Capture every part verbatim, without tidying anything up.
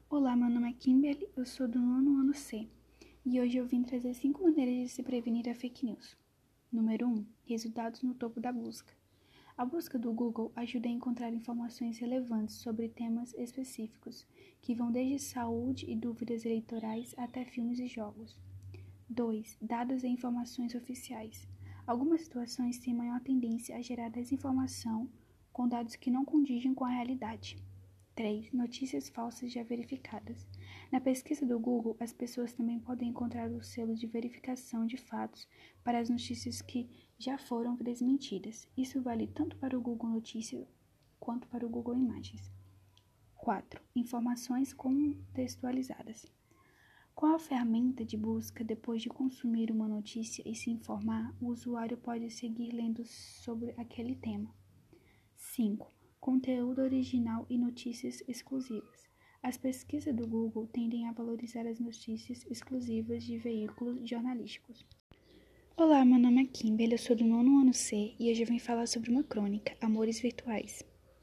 Olá, meu nome é Kimberly, eu sou do nono ano C e hoje eu vim trazer cinco maneiras de se prevenir da fake news. Número um. Resultados no topo da busca. A busca do Google ajuda a encontrar informações relevantes sobre temas específicos, que vão desde saúde e dúvidas eleitorais até filmes e jogos. dois. Dados e informações oficiais. Algumas situações têm maior tendência a gerar desinformação com dados que não condizem com a realidade. três. Notícias falsas já verificadas. Na pesquisa do Google, as pessoas também podem encontrar o selo de verificação de fatos para as notícias que já foram desmentidas. Isso vale tanto para o Google Notícias quanto para o Google Imagens. quatro. Informações contextualizadas. Com a ferramenta de busca, depois de consumir uma notícia e se informar, o usuário pode seguir lendo sobre aquele tema. cinco. Conteúdo original e notícias exclusivas. As pesquisas do Google tendem a valorizar as notícias exclusivas de veículos jornalísticos. Olá, meu nome é Kimberly, eu sou do nono ano C e hoje eu vim falar sobre uma crônica, Amores Virtuais.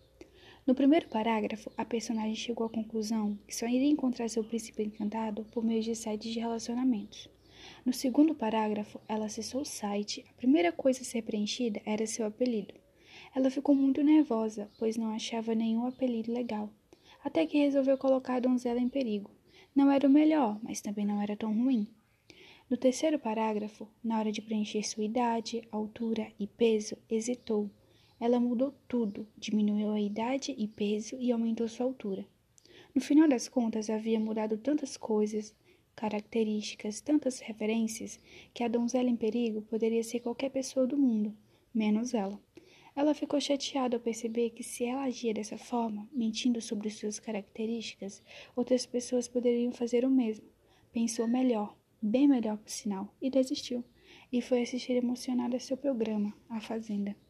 No primeiro parágrafo, a personagem chegou à conclusão que só iria encontrar seu príncipe encantado por meio de sites de relacionamentos. No segundo parágrafo, ela acessou o site. A primeira coisa a ser preenchida era seu apelido. Ela ficou muito nervosa, pois não achava nenhum apelido legal, até que resolveu colocar a donzela em perigo. Não era o melhor, mas também não era tão ruim. No terceiro parágrafo, na hora de preencher sua idade, altura e peso, hesitou. Ela mudou tudo, diminuiu a idade e peso e aumentou sua altura. No final das contas, havia mudado tantas coisas, características, tantas referências, que a donzela em perigo poderia ser qualquer pessoa do mundo, menos ela. Ela ficou chateada ao perceber que se ela agia dessa forma, mentindo sobre suas características, outras pessoas poderiam fazer o mesmo. Pensou melhor, bem melhor por sinal, e desistiu. E foi assistir emocionada seu programa, A Fazenda.